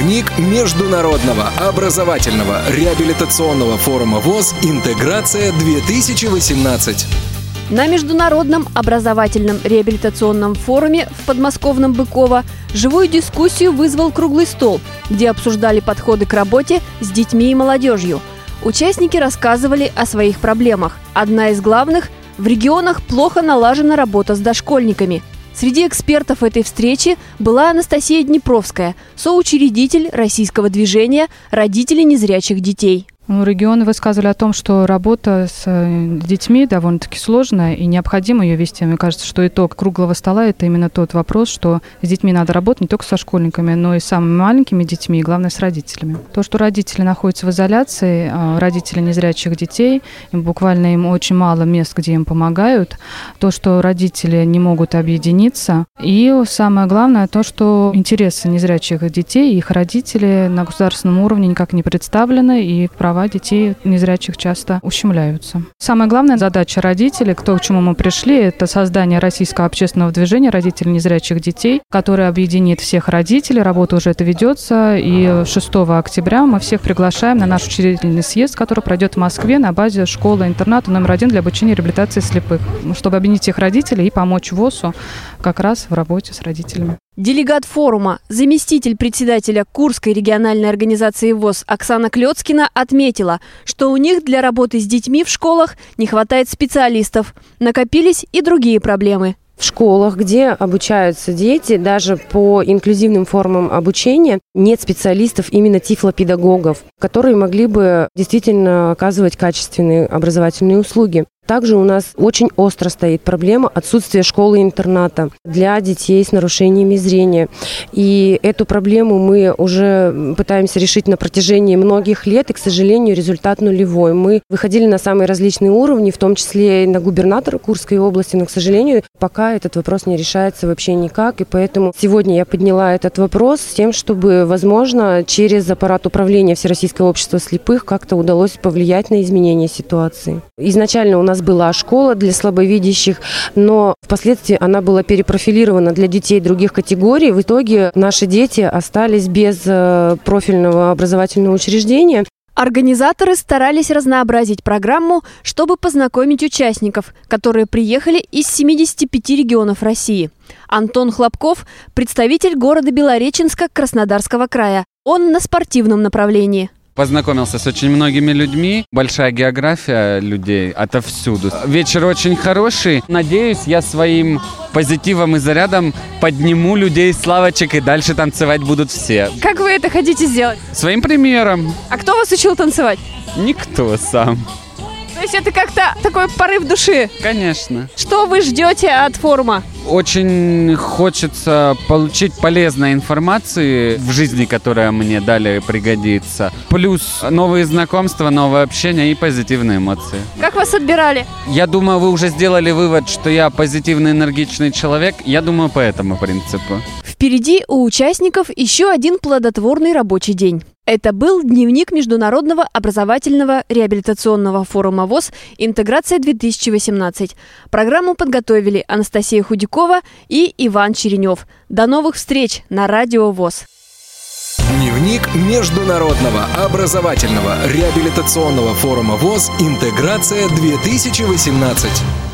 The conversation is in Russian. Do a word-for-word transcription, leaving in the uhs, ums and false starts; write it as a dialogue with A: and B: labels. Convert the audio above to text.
A: Дневник Международного образовательного реабилитационного форума ВОС «Интеграция-две тысячи восемнадцать».
B: На Международном образовательном реабилитационном форуме в подмосковном Быково живую дискуссию вызвал круглый стол, где обсуждали подходы к работе с детьми и молодежью. Участники рассказывали о своих проблемах. Одна из главных – в регионах плохо налажена работа с дошкольниками. Среди экспертов этой встречи была Анастасия Днепровская, соучредитель российского движения «Родители незрячих детей».
C: Регионы высказывали о том, что работа с детьми довольно-таки сложная и необходимо ее вести. Мне кажется, что итог круглого стола – это именно тот вопрос, что с детьми надо работать не только со школьниками, но и с самыми маленькими детьми, и главное, с родителями. То, что родители находятся в изоляции, родители незрячих детей, буквально им очень мало мест, где им помогают, то, что родители не могут объединиться, и самое главное, то, что интересы незрячих детей и их родителей на государственном уровне никак не представлены, и права детей незрячих часто ущемляются. Самая главная задача родителей, то, к чему мы пришли, это создание российского общественного движения «Родители незрячих детей», которое объединит всех родителей. Работа уже это ведется, и шестого октября мы всех приглашаем на наш учредительный съезд, который пройдет в Москве на базе школы-интерната номер один для обучения и реабилитации слепых, чтобы объединить всех родителей и помочь ВОСу как раз в работе с родителями.
B: Делегат форума, заместитель председателя Курской региональной организации ВОС Оксана Клёцкина отметила, что у них для работы с детьми в школах не хватает специалистов. Накопились и другие проблемы.
D: В школах, где обучаются дети, даже по инклюзивным формам обучения, нет специалистов, именно тифлопедагогов, которые могли бы действительно оказывать качественные образовательные услуги. Также у нас очень остро стоит проблема отсутствия школы-интерната для детей с нарушениями зрения. И эту проблему мы уже пытаемся решить на протяжении многих лет, и, к сожалению, результат нулевой. Мы выходили на самые различные уровни, в том числе и на губернатора Курской области, но, к сожалению, пока этот вопрос не решается вообще никак. И поэтому сегодня я подняла этот вопрос с тем, чтобы, возможно, через аппарат управления Всероссийского общества слепых как-то удалось повлиять на изменение ситуации. Изначально у нас У нас была школа для слабовидящих, но впоследствии она была перепрофилирована для детей других категорий. В итоге наши дети остались без профильного образовательного учреждения.
B: Организаторы старались разнообразить программу, чтобы познакомить участников, которые приехали из семидесяти пяти регионов России. Антон Хлопков – представитель города Белореченска Краснодарского края. Он на спортивном направлении.
E: Познакомился с очень многими людьми. Большая география людей отовсюду. Вечер очень хороший. Надеюсь, я своим позитивом и зарядом подниму людей с лавочек, и дальше танцевать будут все.
B: Как вы это хотите сделать?
E: Своим примером.
B: А кто вас учил танцевать?
E: Никто сам.
B: То есть это как-то такой порыв души?
E: Конечно.
B: Что вы ждете от форума?
E: Очень хочется получить полезной информации в жизни, которая мне далее пригодится. Плюс новые знакомства, новое общение и позитивные эмоции.
B: Как вас отбирали?
E: Я думаю, вы уже сделали вывод, что я позитивный, энергичный человек. Я думаю, по этому принципу.
B: Впереди у участников еще один плодотворный рабочий день. Это был дневник Международного образовательного реабилитационного форума ВОС «Интеграция-две тысячи восемнадцать». Программу подготовили Анастасия Худякова и Иван Черенев. До новых встреч на радио ВОС.
A: Дневник Международного образовательного реабилитационного форума ВОС «Интеграция-две тысячи восемнадцать».